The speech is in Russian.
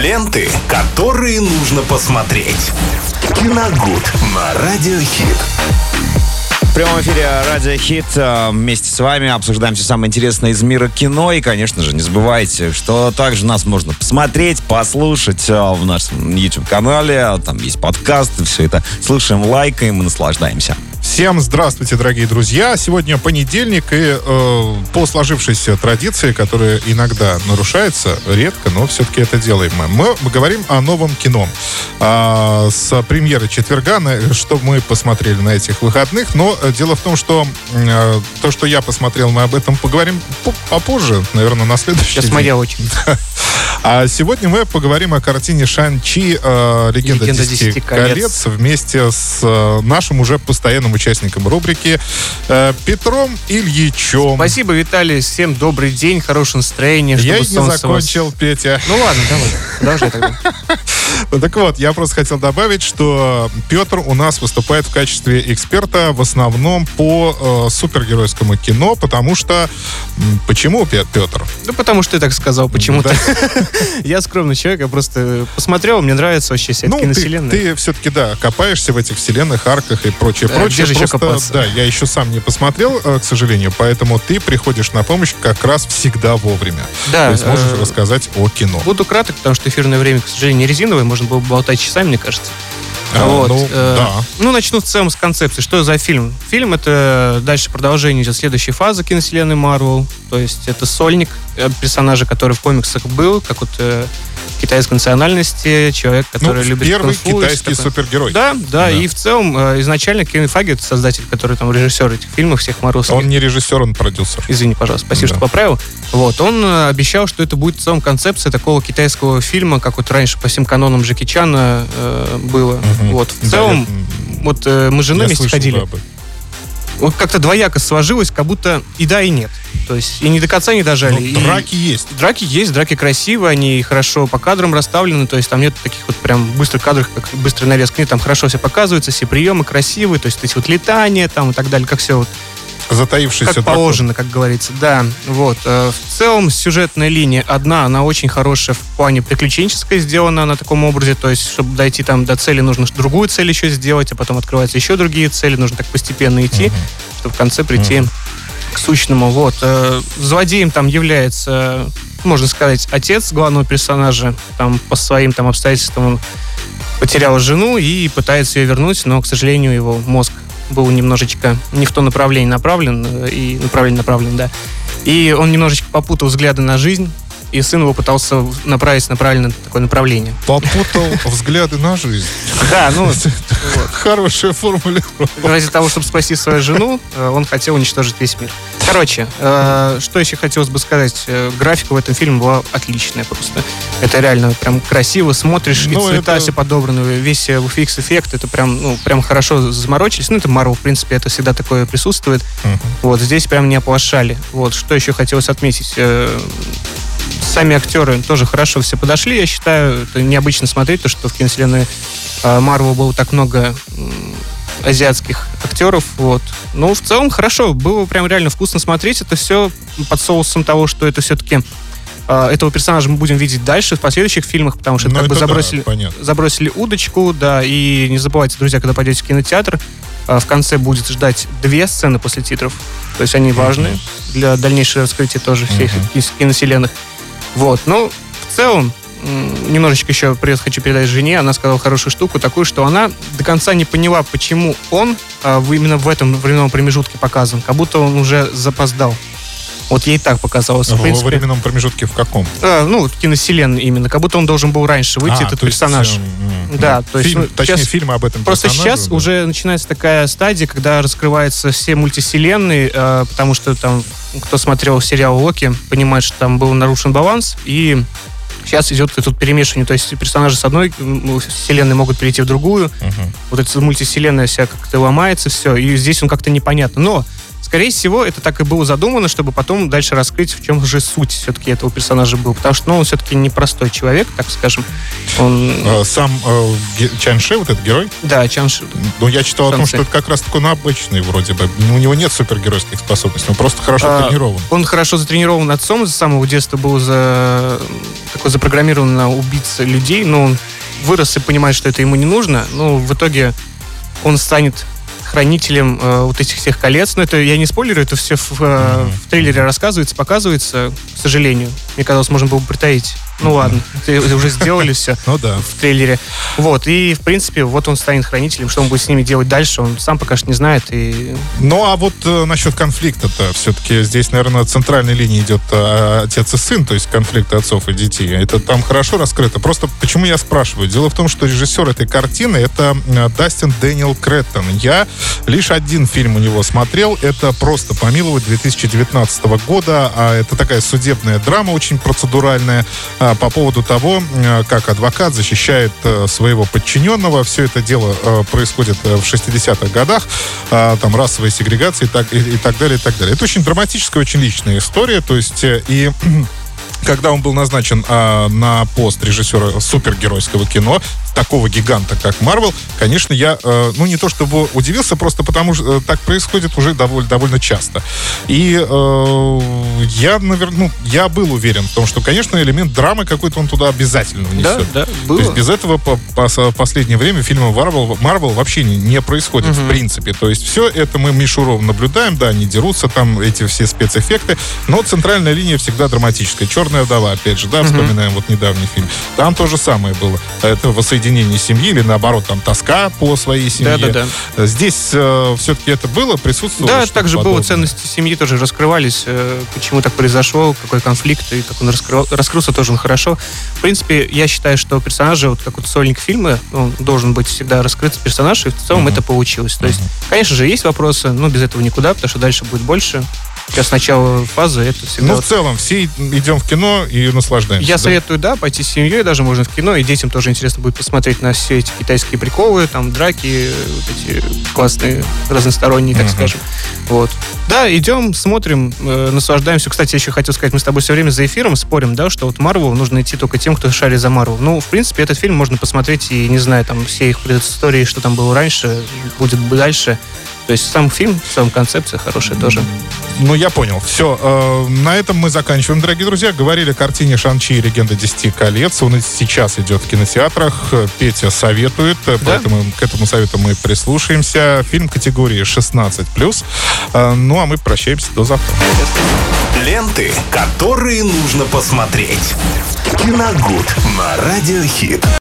Ленты, которые нужно посмотреть. Киногуд на Радиохит. В прямом эфире Радио Хит. Вместе с вами обсуждаем все самое интересное из мира кино. И, конечно же, не забывайте, что также нас можно посмотреть, послушать в нашем YouTube-канале. Там есть подкасты, все это слушаем, лайкаем и наслаждаемся. Всем здравствуйте, дорогие друзья. Сегодня понедельник, и по сложившейся традиции, которая иногда нарушается, редко, но все-таки это делаем мы говорим о новом кино. С премьеры четверга, что мы посмотрели на этих выходных. Но дело в том, что то, что я посмотрел, мы об этом поговорим попозже, наверное, на следующий день. Сейчас моя очередь. А сегодня мы поговорим о картине «Шан-Чи. Легенда 10 колец» вместе с нашим уже постоянным участником рубрики Петром Ильичем. Спасибо, Виталий. Всем добрый день, хорошее настроение. Я и не закончил, Петя. Ну ладно, давай. Продолжай тогда. Так вот, я просто хотел добавить, что Петр у нас выступает в качестве эксперта в основном по супергеройскому кино, потому что... Почему, Петр? Ну, потому что ты так сказал, почему-то. Я скромный человек, я просто посмотрел, мне нравится вообще вся эта киновселенная. Ты все-таки, да, копаешься в этих вселенных, арках и прочее. Где же еще копаться? Да, я еще сам не посмотрел, к сожалению, поэтому ты приходишь на помощь как раз всегда вовремя. Да. То есть можешь рассказать о кино. Буду краток, потому что эфирное время, к сожалению, не резиновое, можно было бы болтать часами, мне кажется. Да. Ну, начну в целом с концепции. Что за фильм? Фильм — это дальше продолжение идет следующей фазы киновселенной Marvel. То есть это сольник персонажа, который в комиксах был, как вот китайской национальности, человек, который любит первый кунг-фу. китайский супергерой. Да, и в целом изначально Кевин Файги, это создатель, который там режиссер этих фильмов, всех Марвелских. Он не режиссер, он продюсер. Извини, пожалуйста, спасибо, что поправил. Вот, он обещал, что это будет в целом концепция такого китайского фильма, как вот раньше по всем канонам Джеки Чана было. Вот, в целом, вот мы с женой вместе ходили. Вот как-то двояко сложилось, как будто и да, и нет. То есть и не до конца не дожали. Драки есть. Драки есть, драки красивые, они хорошо по кадрам расставлены, то есть там нет таких вот прям быстрых кадров, как быстрый нарезка. Нет, там хорошо все показывается, все приемы красивые, то есть эти вот летания там и так далее, как все вот затаившийся как положено, как говорится, да. Вот. В целом сюжетная линия одна, она очень хорошая в плане приключенческой сделана на таком образе, то есть, чтобы дойти там до цели, нужно другую цель еще сделать, а потом открываются еще другие цели, нужно так постепенно идти, чтобы в конце прийти к сущному. Вот. Злодеем там является, можно сказать, отец главного персонажа, там по своим там обстоятельствам он потерял жену и пытается ее вернуть, но, к сожалению, его мозг был немножечко не в то направление направлен, да. И он немножечко попутал взгляды на жизнь, и сын его пытался направить на правильное такое направление. Попутал взгляды на жизнь. Да, ну... Хорошая формулировка. Ради того, чтобы спасти свою жену, он хотел уничтожить весь мир. Короче, что еще хотелось бы сказать. Графика в этом фильме была отличная просто. Это реально прям красиво смотришь, и цвета все подобраны, весь VFX-эффект, это прям хорошо заморочились. Ну, это Marvel, в принципе, это всегда такое присутствует. Вот, здесь прям не оплошали. Вот, что еще хотелось отметить. Сами актеры тоже хорошо все подошли, я считаю. Это необычно смотреть, то, что в киновселенной Marvel было так много азиатских актеров. Вот. Ну, в целом, хорошо. Было прям реально вкусно смотреть. Это все под соусом того, что это все-таки этого персонажа мы будем видеть дальше в последующих фильмах, потому что как бы забросили удочку, да, и не забывайте, друзья, когда пойдете в кинотеатр, в конце будет ждать 2 сцены после титров. То есть они важны для дальнейшего раскрытия тоже всех киновселенных. Вот, ну, в целом, немножечко еще привет хочу передать жене. Она сказала хорошую штуку, такую, что она до конца не поняла, почему он именно в этом временном промежутке показан. Как будто он уже запоздал. Вот ей так показалось. В временном промежутке в каком? В киновселенной именно. Как будто он должен был раньше выйти, этот персонаж. Да, то есть... Точнее, фильмы об этом персонаже. Просто сейчас уже начинается такая стадия, когда раскрываются все мультивселенные, потому что там, кто смотрел сериал «Локи», понимает, что там был нарушен баланс, и сейчас идет тут перемешивание. То есть персонажи с одной вселенной могут перейти в другую. Вот эта мультивселенная вся как-то ломается, все. И здесь он как-то непонятно. Но скорее всего, это так и было задумано, чтобы потом дальше раскрыть, в чем же суть все-таки этого персонажа был. Потому что, он все-таки непростой человек, так скажем. Он... Сам Чан Ши, вот этот герой? Да, Чан Ши. Ну, я читал о том, что это как раз такой обычный вроде бы. У него нет супергеройских способностей, он просто хорошо тренирован. Он хорошо затренирован отцом, с самого детства был такой запрограммирован на убийц людей, но он вырос и понимает, что это ему не нужно. Но в итоге он станет хранителем вот этих всех колец. Но это я не спойлерю, это все в трейлере рассказывается, показывается, к сожалению. Мне казалось, можно было бы притаить. Ну ладно, уже сделали все в трейлере. Вот, и в принципе, вот он станет хранителем. Что он будет с ними делать дальше, он сам пока что не знает. Ну, а вот насчет конфликта-то, все-таки здесь, наверное, центральной линии идет отец и сын, то есть конфликты отцов и детей. Это там хорошо раскрыто. Просто почему я спрашиваю? Дело в том, что режиссер этой картины — это Дастин Дэниел Крэттон. Я лишь один фильм у него смотрел. Это «Просто помиловать» 2019 года. Это такая судебная драма, очень процедуральная, по поводу того, как адвокат защищает своего подчиненного. Все это дело происходит в 60-х годах. Там расовая сегрегация и так далее, и так далее. Это очень драматическая, очень личная история. То есть, и когда он был назначен на пост режиссера супергеройского кино, такого гиганта, как Марвел, конечно, я, не то чтобы удивился, просто потому что так происходит уже довольно часто. И я был уверен в том, что, конечно, элемент драмы какой-то он туда обязательно внесет. Да, было. То есть без этого в последнее время фильмы Марвел вообще не происходит, в принципе. То есть все это мы мишуру наблюдаем, да, они дерутся, там эти все спецэффекты, но центральная линия всегда драматическая. «Черная вдова», опять же, да, вспоминаем вот недавний фильм. Там то же самое было. Это воссоединение семьи или, наоборот, там тоска по своей семье. Да. Здесь все-таки это было, присутствовало. Да, также было, ценности семьи тоже раскрывались, почему так произошло, какой конфликт, и как он раскрылся тоже он хорошо. В принципе, я считаю, что персонажи, вот как вот сольник фильма, он должен быть всегда раскрыт персонаж, и в целом это получилось. То есть, конечно же, есть вопросы, но без этого никуда, потому что дальше будет больше. Сейчас начало фазы, это всегда... в целом, все идем в кино и наслаждаемся. Я советую, пойти с семьей, даже можно в кино, и детям тоже интересно будет посмотреть на все эти китайские приколы, там, драки, вот эти классные, разносторонние, так скажем. Вот. Да, идем, смотрим, наслаждаемся. Кстати, я еще хотел сказать, мы с тобой все время за эфиром спорим, да, что вот Марвел нужно идти только тем, кто шарит за Марвел. Ну, в принципе, этот фильм можно посмотреть и, не знаю, там, все их предыстории, что там было раньше, будет дальше. То есть сам фильм, сам концепция хорошая тоже. Ну, я понял. Все, на этом мы заканчиваем, дорогие друзья. Говорили о картине «Шан-Чи и легенда 10 колец». Он и сейчас идет в кинотеатрах. Петя советует, поэтому к этому совету мы прислушаемся. Фильм категории 16+. Ну, а мы прощаемся до завтра. Ленты, которые нужно посмотреть. Киногуд на Радио Хит.